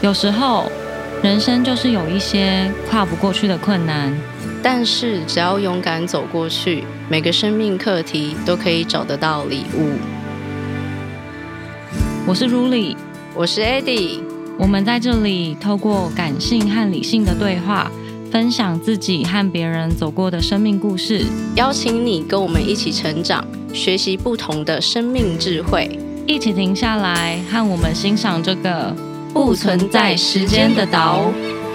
有时候人生就是有一些跨不过去的困难， 但是只要勇敢走过去，每个生命课题都可以找得到礼物。 我是 Ruli， 我是 Eddie， 我们在这里透过感性和理性的对话，分享自己和别人走过的生命故事， 邀请你跟我们一起成长，学习不同的生命智慧， 一起停下来和我们欣赏这个不存在时间的岛。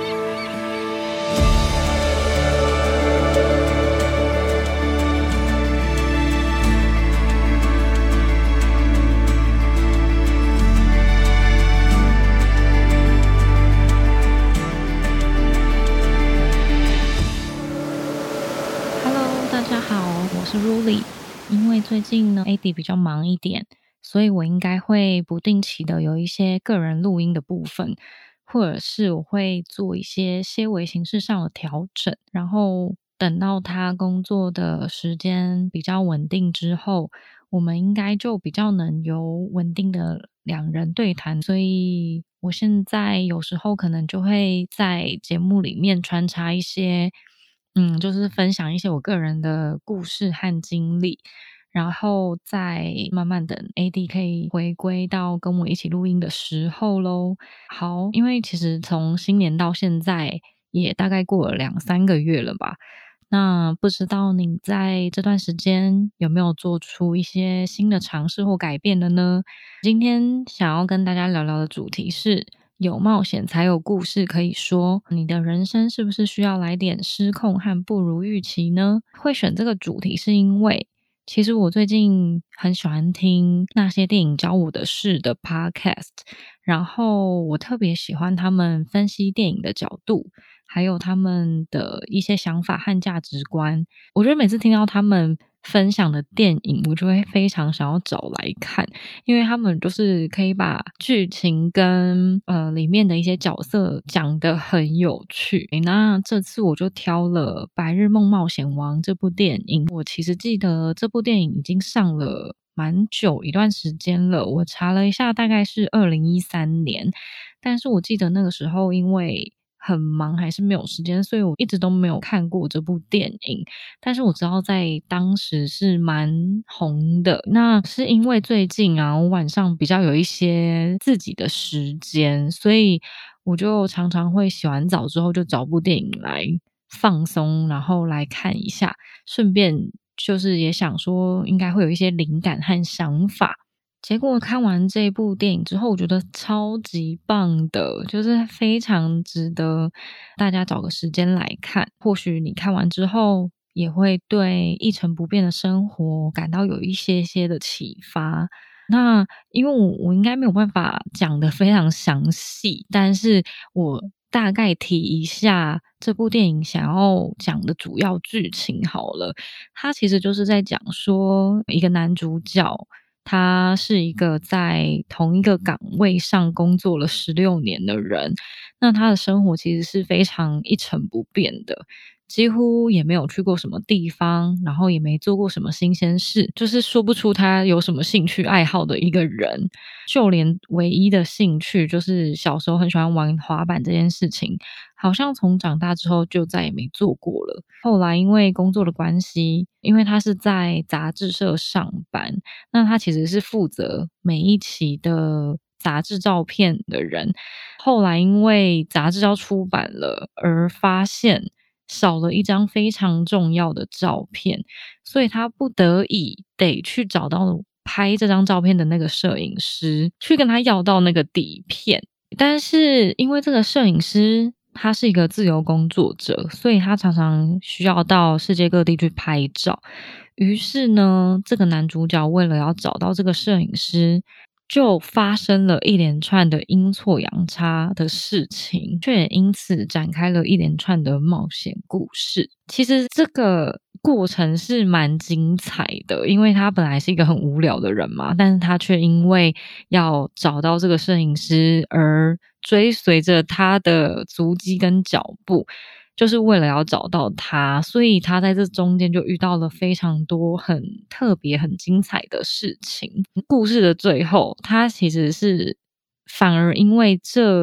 大家好，我是 Ruli。 因为最近呢 Eddie 比较忙一点，所以我应该会不定期的有一些个人录音的部分，或者是我会做一些些微形式上的调整，然后等到他工作的时间比较稳定之后，我们应该就比较能有稳定的两人对谈。所以我现在有时候可能就会在节目里面穿插一些就是分享一些我个人的故事和经历，然后再慢慢等 AD 可以回归到跟我一起录音的时候咯。好，因为其实从新年到现在也大概过了2-3个月了吧，那不知道你在这段时间有没有做出一些新的尝试或改变的呢？今天想要跟大家聊聊的主题是有冒险才有故事可以说，你的人生是不是需要来点失控和不如预期呢？会选这个主题是因为其实我最近很喜欢听那些电影教我的事的 podcast， 然后我特别喜欢他们分析电影的角度，还有他们的一些想法和价值观。我觉得每次听到他们分享的电影，我就会非常想要找来看，因为他们就是可以把剧情跟里面的一些角色讲得很有趣。那这次我就挑了《白日梦冒险王》这部电影。我其实记得这部电影已经上了蛮久一段时间了，我查了一下大概是2013年，但是我记得那个时候因为很忙还是没有时间，所以我一直都没有看过这部电影，但是我知道在当时是蛮红的。那是因为最近啊，我晚上比较有一些自己的时间，所以我就常常会洗完澡之后就找部电影来放松，然后来看一下，顺便就是也想说应该会有一些灵感和想法。结果看完这部电影之后，我觉得超级棒的，就是非常值得大家找个时间来看。或许你看完之后也会对一成不变的生活感到有一些些的启发。那因为我应该没有办法讲得非常详细，但是我大概提一下这部电影想要讲的主要剧情好了。它其实就是在讲说一个男主角，他是一个在同一个岗位上工作了16年的人，那他的生活其实是非常一成不变的，几乎也没有去过什么地方，然后也没做过什么新鲜事，就是说不出他有什么兴趣爱好的一个人。就连唯一的兴趣就是小时候很喜欢玩滑板这件事情，好像从长大之后就再也没做过了。后来因为工作的关系，因为他是在杂志社上班，那他其实是负责每一期的杂志照片的人。后来因为杂志要出版了，而发现少了一张非常重要的照片，所以他不得已得去找到拍这张照片的那个摄影师，去跟他要到那个底片。但是因为这个摄影师他是一个自由工作者，所以他常常需要到世界各地去拍照。于是呢，这个男主角为了要找到这个摄影师，就发生了一连串的阴错阳差的事情，却也因此展开了一连串的冒险故事。其实这个过程是蛮精彩的，因为他本来是一个很无聊的人嘛，但是他却因为要找到这个摄影师而追随着他的足迹跟脚步，就是为了要找到他，所以他在这中间就遇到了非常多很特别很精彩的事情。故事的最后，他其实是反而因为这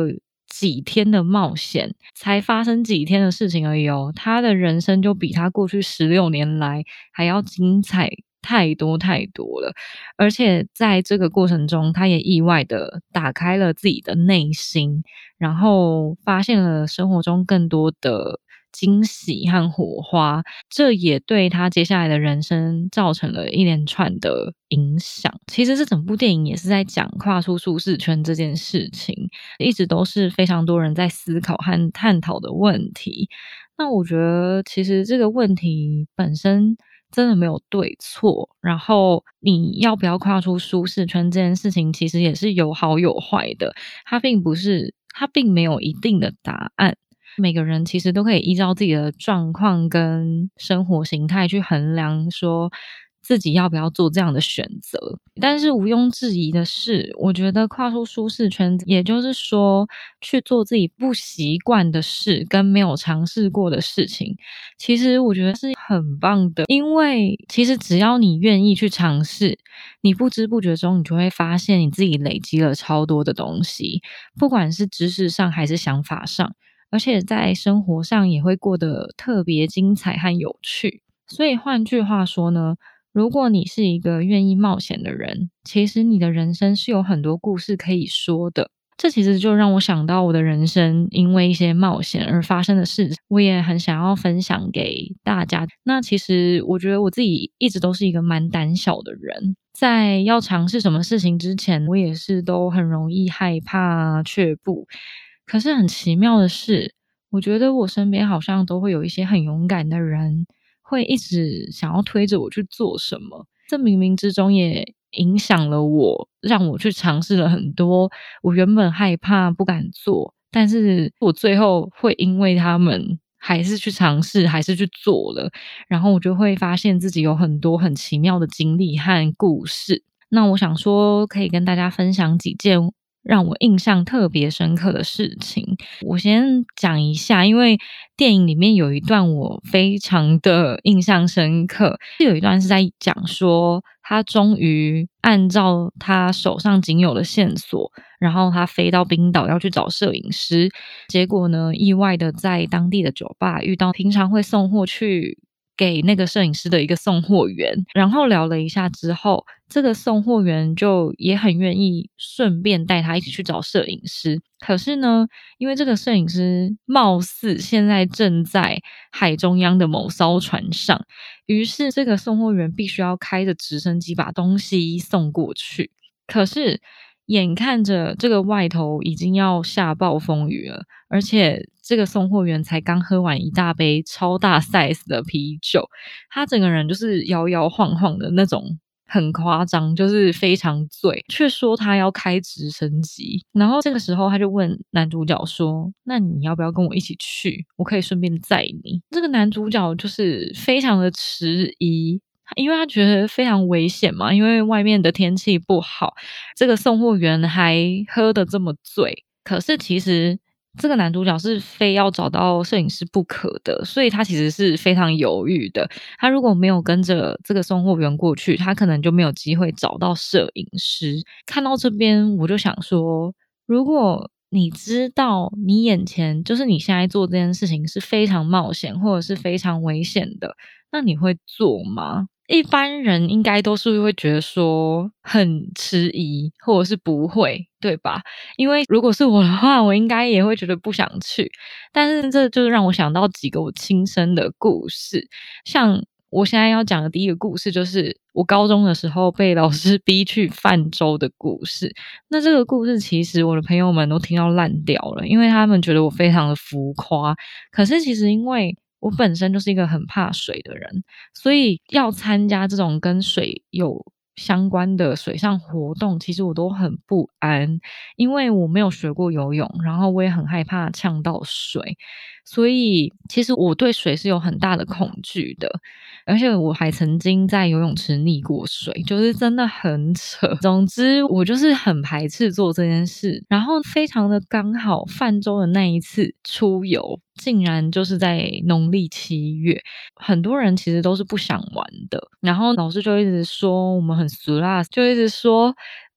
几天的冒险，才发生几天的事情而已哦，他的人生就比他过去16年来还要精彩太多太多了。而且在这个过程中，他也意外的打开了自己的内心，然后发现了生活中更多的惊喜和火花，这也对他接下来的人生造成了一连串的影响。其实这整部电影也是在讲跨出舒适圈这件事情，一直都是非常多人在思考和探讨的问题。那我觉得其实这个问题本身真的没有对错，然后你要不要跨出舒适圈这件事情其实也是有好有坏的，它并没有一定的答案。每个人其实都可以依照自己的状况跟生活形态去衡量说自己要不要做这样的选择。但是毋庸置疑的是，我觉得跨出舒适圈，也就是说去做自己不习惯的事跟没有尝试过的事情，其实我觉得是很棒的。因为其实只要你愿意去尝试，你不知不觉中你就会发现你自己累积了超多的东西，不管是知识上还是想法上，而且在生活上也会过得特别精彩和有趣。所以换句话说呢，如果你是一个愿意冒险的人，其实你的人生是有很多故事可以说的。这其实就让我想到我的人生因为一些冒险而发生的事，我也很想要分享给大家。那其实我觉得我自己一直都是一个蛮胆小的人，在要尝试什么事情之前，我也是都很容易害怕却步。可是很奇妙的是，我觉得我身边好像都会有一些很勇敢的人，会一直想要推着我去做什么。这冥冥之中也影响了我，让我去尝试了很多我原本害怕不敢做，但是我最后会因为他们还是去尝试，还是去做了，然后我就会发现自己有很多很奇妙的经历和故事。那我想说可以跟大家分享几件让我印象特别深刻的事情。我先讲一下，因为电影里面有一段我非常的印象深刻，有一段是在讲说他终于按照他手上仅有的线索，然后他飞到冰岛要去找摄影师，结果呢意外的在当地的酒吧遇到平常会送货去给那个摄影师的一个送货员，然后聊了一下之后，这个送货员就也很愿意顺便带他一起去找摄影师。可是呢，因为这个摄影师貌似现在正在海中央的某艘船上，于是这个送货员必须要开着直升机把东西送过去。可是眼看着这个外头已经要下暴风雨了，而且这个送货员才刚喝完一大杯超大 size 的啤酒，他整个人就是摇摇晃晃的那种，很夸张，就是非常醉，却说他要开直升机。然后这个时候他就问男主角说，那你要不要跟我一起去，我可以顺便载你。这个男主角就是非常的迟疑，因为他觉得非常危险嘛，因为外面的天气不好，这个送货员还喝得这么醉。可是其实这个男主角是非要找到摄影师不可的，所以他其实是非常犹豫的。他如果没有跟着这个送货员过去，他可能就没有机会找到摄影师。看到这边我就想说，如果你知道你眼前就是你现在做这件事情是非常冒险或者是非常危险的，那你会做吗？一般人应该都是会觉得说很迟疑，或者是不会，对吧？因为如果是我的话，我应该也会觉得不想去。但是这就是让我想到几个我亲身的故事，像我现在要讲的第一个故事，就是我高中的时候被老师逼去泛舟的故事。那这个故事其实我的朋友们都听到烂掉了，因为他们觉得我非常的浮夸。可是其实因为我本身就是一个很怕水的人，所以要参加这种跟水有相关的水上活动，其实我都很不安，因为我没有学过游泳，然后我也很害怕呛到水，所以其实我对水是有很大的恐惧的。而且我还曾经在游泳池溺过水，就是真的很扯。总之我就是很排斥做这件事，然后非常的刚好泛舟的那一次出游竟然就是在农历7月，很多人其实都是不想玩的，然后老师就一直说我们很俗辣，就一直说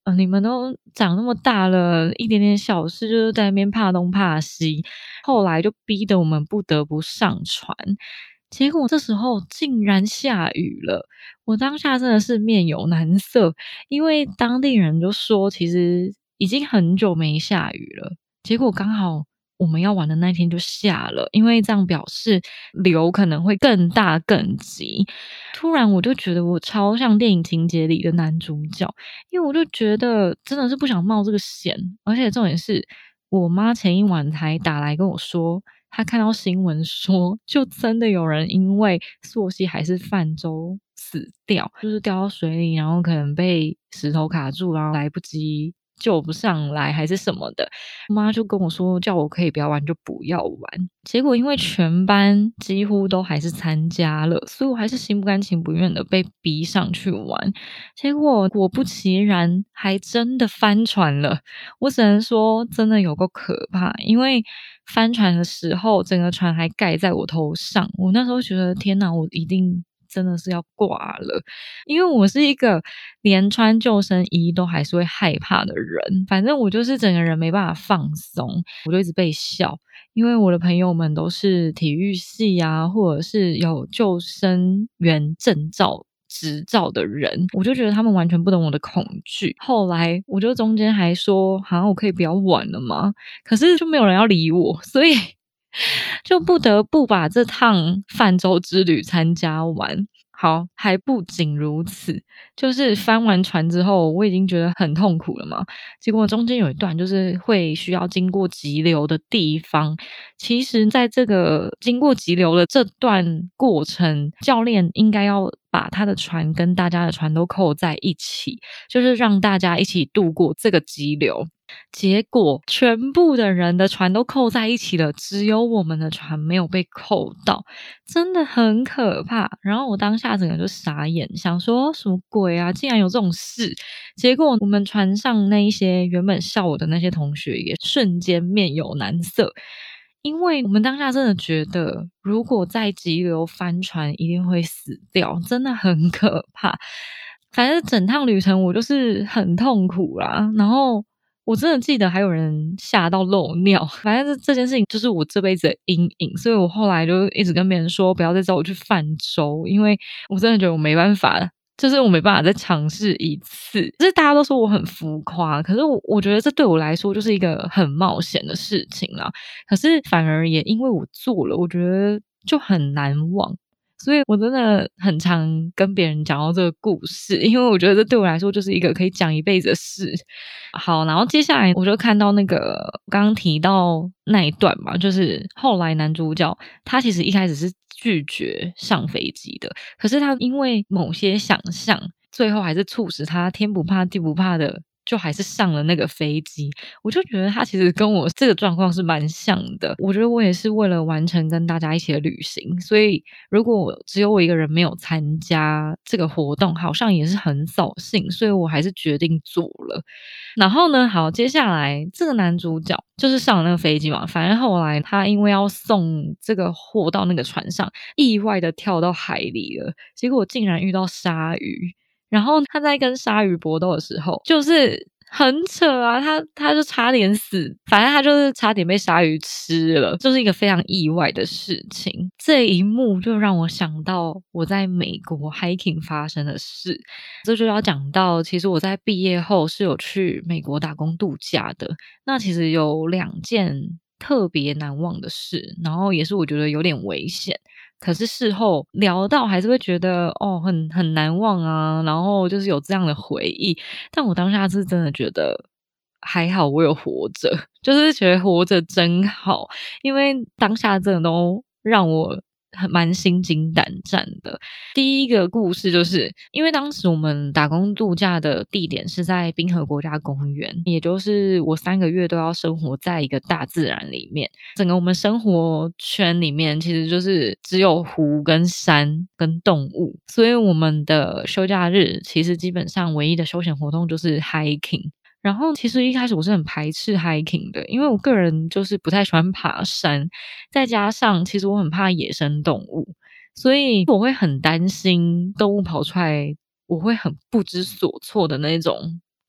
你们都长那么大了，一点点小事就是在那边怕东怕西。后来就逼得我们不得不上船，结果这时候竟然下雨了。我当下真的是面有难色，因为当地人就说其实已经很久没下雨了，结果刚好我们要玩的那天就下了，因为这样表示流可能会更大更急。突然我就觉得我超像电影情节里的男主角，因为我就觉得真的是不想冒这个险，而且重点是我妈前一晚才打来跟我说，她看到新闻说，就真的有人因为溯溪还是泛舟死掉，就是掉到水里，然后可能被石头卡住，然后来不及救不上来还是什么的。我妈就跟我说，叫我可以不要玩就不要玩。结果因为全班几乎都还是参加了，所以我还是心不甘情不愿的被逼上去玩。结果果不其然，还真的翻船了。我只能说真的有够可怕，因为翻船的时候整个船还盖在我头上，我那时候觉得天哪，我一定真的是要挂了。因为我是一个连穿救生衣都还是会害怕的人，反正我就是整个人没办法放松，我就一直被笑。因为我的朋友们都是体育系啊，或者是有救生员证照执照的人，我就觉得他们完全不懂我的恐惧。后来我就中间还说好像我可以不要玩了吗？可是就没有人要理我，所以就不得不把这趟泛舟之旅参加完。好，还不仅如此，就是翻完船之后，我已经觉得很痛苦了嘛。结果中间有一段就是会需要经过急流的地方，其实在这个经过急流的这段过程，教练应该要把他的船跟大家的船都扣在一起，就是让大家一起度过这个急流。结果全部的人的船都扣在一起了，只有我们的船没有被扣到，真的很可怕。然后我当下整个就傻眼，想说什么鬼啊，竟然有这种事。结果我们船上那一些原本笑我的那些同学也瞬间面有难色，因为我们当下真的觉得如果在急流翻船一定会死掉，真的很可怕。反正整趟旅程我就是很痛苦啦，然后我真的记得还有人吓到漏尿，反正这件事情就是我这辈子的阴影，所以我后来就一直跟别人说不要再找我去泛舟，因为我真的觉得我没办法，就是我没办法再尝试一次。就是大家都说我很浮夸，可是我觉得这对我来说就是一个很冒险的事情啦。可是反而也因为我做了，我觉得就很难忘。所以我真的很常跟别人讲到这个故事，因为我觉得这对我来说就是一个可以讲一辈子的事。好，然后接下来我就看到那个刚刚提到那一段嘛，就是后来男主角他其实一开始是拒绝上飞机的，可是他因为某些想象，最后还是促使他天不怕地不怕的就还是上了那个飞机。我就觉得他其实跟我这个状况是蛮像的，我觉得我也是为了完成跟大家一起的旅行，所以如果只有我一个人没有参加这个活动，好像也是很扫兴，所以我还是决定做了。然后呢，好，接下来这个男主角就是上了那个飞机嘛，反正后来他因为要送这个货到那个船上，意外的跳到海里了，结果竟然遇到鲨鱼。然后他在跟鲨鱼搏斗的时候，就是很扯啊，他就差点死，反正他就是差点被鲨鱼吃了，就是一个非常意外的事情。这一幕就让我想到我在美国 hiking 发生的事，这就要讲到，其实我在毕业后是有去美国打工度假的，那其实有2件特别难忘的事，然后也是我觉得有点危险。可是事后聊到还是会觉得很难忘啊，然后就是有这样的回忆，但我当下是真的觉得还好我有活着，就是觉得活着真好，因为当下真的都让我蛮心惊胆战的。第一个故事就是因为当时我们打工度假的地点是在滨河国家公园，也就是我3个月都要生活在一个大自然里面，整个我们生活圈里面其实就是只有湖跟山跟动物，所以我们的休假日其实基本上唯一的休闲活动就是 hiking。然后其实一开始我是很排斥 hiking 的，因为我个人就是不太喜欢爬山，再加上其实我很怕野生动物，所以我会很担心动物跑出来，我会很不知所措的那种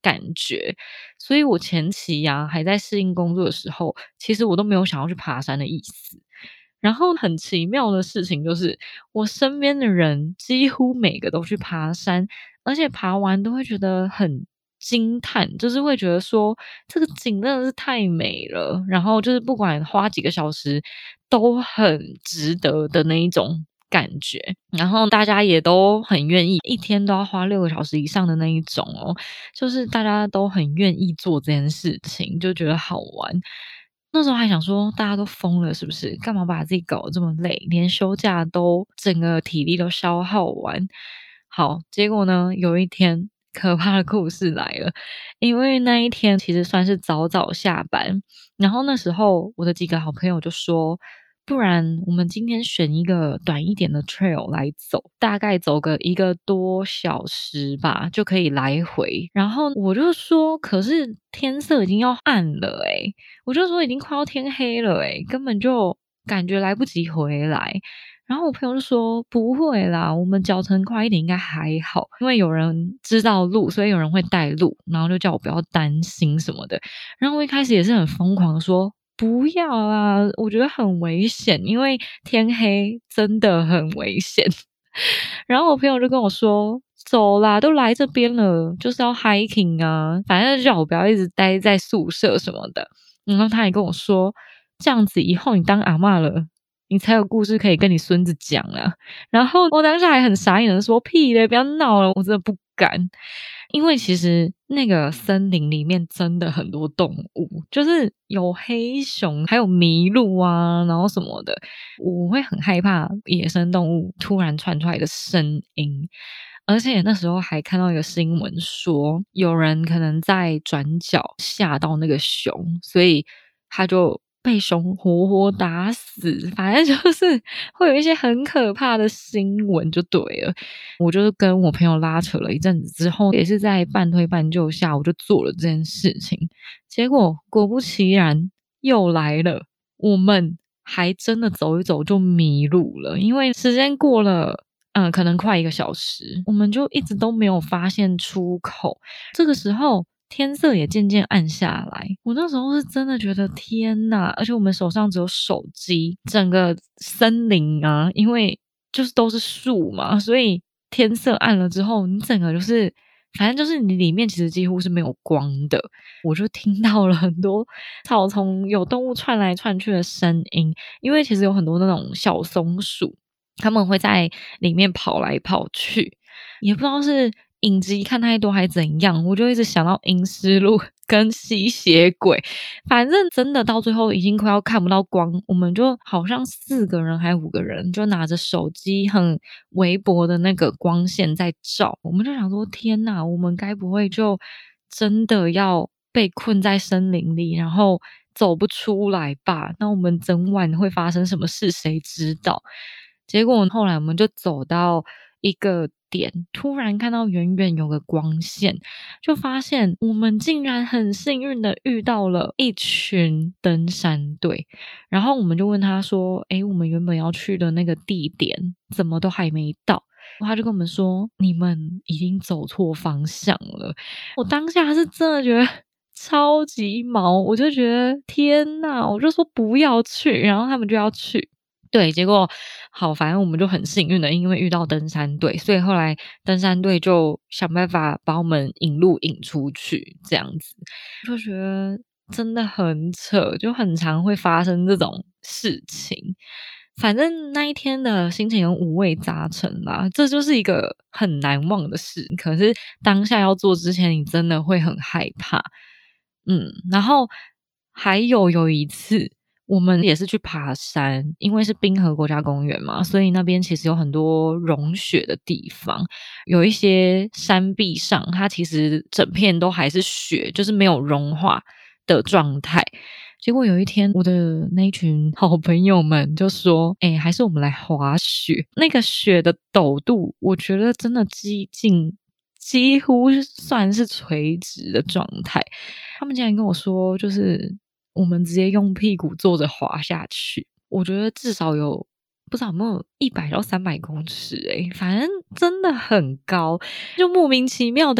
感觉。所以我前期啊还在适应工作的时候，其实我都没有想要去爬山的意思。然后很奇妙的事情就是，我身边的人几乎每个都去爬山，而且爬完都会觉得很惊叹，就是会觉得说这个景真的是太美了，然后就是不管花几个小时都很值得的那一种感觉。然后大家也都很愿意，一天都要花6个小时以上的那一种哦，就是大家都很愿意做这件事情，就觉得好玩。那时候还想说，大家都疯了是不是？干嘛把自己搞得这么累，连休假都整个体力都消耗完。好，结果呢，有一天可怕的故事来了。因为那一天其实算是早早下班，然后那时候我的几个好朋友就说，不然我们今天选一个短一点的 trail 来走，大概走个1个多小时吧，就可以来回。然后我就说，可是天色已经要暗了诶，我就说已经快要天黑了诶，根本就感觉来不及回来。然后我朋友就说不会啦，我们脚程快一点应该还好，因为有人知道路，所以有人会带路，然后就叫我不要担心什么的。然后我一开始也是很疯狂的说不要啦，我觉得很危险，因为天黑真的很危险。然后我朋友就跟我说走啦，都来这边了，就是要 hiking 啊，反正就叫我不要一直待在宿舍什么的。然后他也跟我说，这样子以后你当阿嬷了，你才有故事可以跟你孙子讲啊。然后我当时还很傻眼的说屁嘞，不要闹了，我真的不敢。因为其实那个森林里面真的很多动物，就是有黑熊，还有麋鹿啊，然后什么的，我会很害怕野生动物突然窜出来的声音。而且那时候还看到一个新闻说，有人可能在转角吓到那个熊，所以他就被熊活活打死，反正就是会有一些很可怕的新闻就对了。我就是跟我朋友拉扯了一阵子之后，也是在半推半就下，我就做了这件事情。结果果不其然又来了，我们还真的走一走就迷路了，因为时间过了可能快1个小时，我们就一直都没有发现出口。这个时候天色也渐渐暗下来，我那时候是真的觉得天哪，而且我们手上只有手机，整个森林啊，因为就是都是树嘛，所以天色暗了之后，你整个就是反正就是你里面其实几乎是没有光的。我就听到了很多草丛有动物窜来窜去的声音，因为其实有很多那种小松鼠，他们会在里面跑来跑去，也不知道是影集看太多还怎样，我就一直想到阴尸路跟吸血鬼。反正真的到最后已经快要看不到光，我们就好像4个人还5个人就拿着手机很微薄的那个光线在照，我们就想说天哪，我们该不会就真的要被困在森林里，然后走不出来吧？那我们整晚会发生什么事谁知道。结果后来我们就走到一个点，突然看到远远有个光线，就发现我们竟然很幸运的遇到了一群登山队。然后我们就问他说诶，我们原本要去的那个地点怎么都还没到？他就跟我们说你们已经走错方向了。我当下是真的觉得超级毛，我就觉得天哪，我就说不要去，然后他们就要去。对，结果好，反正我们就很幸运的，因为遇到登山队，所以后来登山队就想办法把我们引路引出去，这样子就觉得真的很扯，就很常会发生这种事情。反正那一天的心情很五味杂陈啦，这就是一个很难忘的事。可是当下要做之前，你真的会很害怕。然后还有一次，我们也是去爬山，因为是冰河国家公园嘛，所以那边其实有很多融雪的地方，有一些山壁上，它其实整片都还是雪，就是没有融化的状态。结果有一天，我的那群好朋友们就说：还是我们来滑雪。那个雪的陡度，我觉得真的几乎算是垂直的状态。他们竟然跟我说，就是我们直接用屁股坐着滑下去。我觉得至少有不知道有没有100到300公尺反正真的很高，就莫名其妙的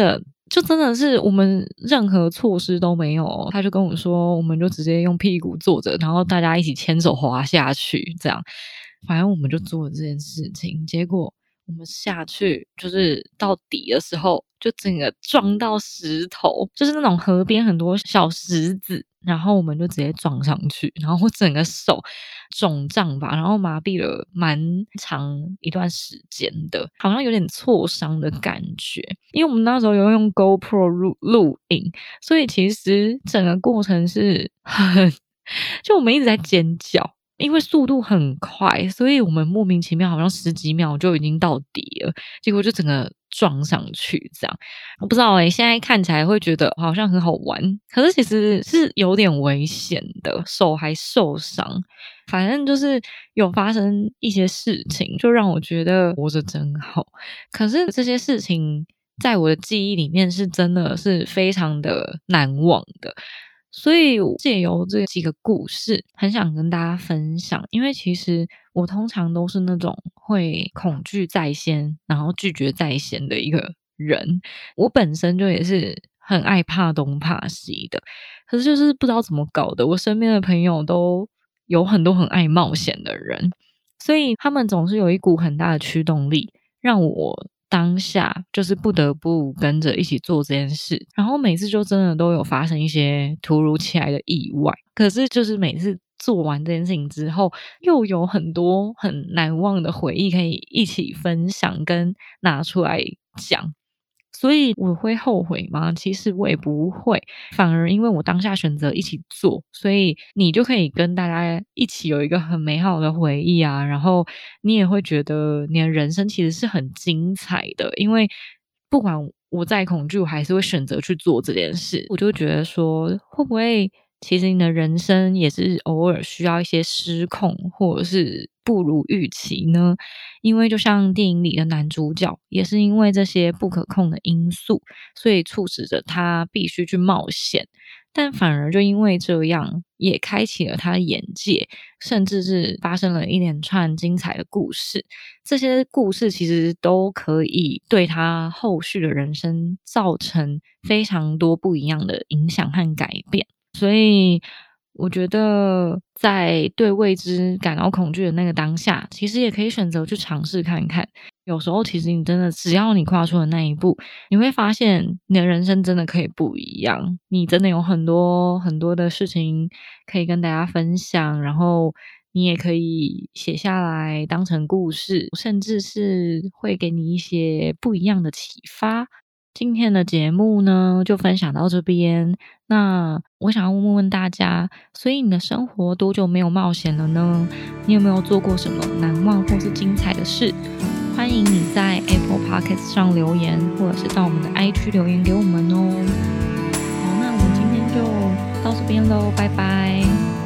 就真的是我们任何措施都没有，他就跟我说我们就直接用屁股坐着，然后大家一起牵手滑下去这样。反正我们就做了这件事情，结果我们下去就是到底的时候就整个撞到石头，就是那种河边很多小石子，然后我们就直接撞上去，然后我整个手肿胀吧，然后麻痹了蛮长一段时间的，好像有点挫伤的感觉。因为我们那时候有用 GoPro 录影，所以其实整个过程是就我们一直在尖叫，因为速度很快，所以我们莫名其妙好像10几秒就已经到底了，结果就整个撞上去这样。我不知道现在看起来会觉得好像很好玩，可是其实是有点危险的，手还受伤。反正就是有发生一些事情，就让我觉得活着真好。可是这些事情在我的记忆里面是真的是非常的难忘的。所以借由这几个故事很想跟大家分享，因为其实我通常都是那种会恐惧在先然后拒绝在先的一个人，我本身就也是很爱怕东怕西的，可是就是不知道怎么搞的，我身边的朋友都有很多很爱冒险的人，所以他们总是有一股很大的驱动力让我当下就是不得不跟着一起做这件事，然后每次就真的都有发生一些突如其来的意外，可是就是每次做完这件事情之后，又有很多很难忘的回忆可以一起分享跟拿出来讲。所以我会后悔吗？其实我也不会，反而因为我当下选择一起做，所以你就可以跟大家一起有一个很美好的回忆啊，然后你也会觉得你的人生其实是很精彩的，因为不管我再恐惧，我还是会选择去做这件事。我就觉得说，会不会其实你的人生也是偶尔需要一些失控，或者是不如预期呢？因为就像电影里的男主角，也是因为这些不可控的因素，所以促使着他必须去冒险，但反而就因为这样，也开启了他的眼界，甚至是发生了一连串精彩的故事。这些故事其实都可以对他后续的人生造成非常多不一样的影响和改变。所以我觉得在对未知感到恐惧的那个当下，其实也可以选择去尝试看看。有时候其实你真的只要你跨出了那一步，你会发现你的人生真的可以不一样，你真的有很多很多的事情可以跟大家分享，然后你也可以写下来当成故事，甚至是会给你一些不一样的启发。今天的节目呢，就分享到这边。那我想要问问大家，所以你的生活多久没有冒险了呢？你有没有做过什么难忘或是精彩的事？欢迎你在 Apple Podcast 上留言，或者是到我们的 IG 留言给我们哦。好，那我们今天就到这边咯，拜拜。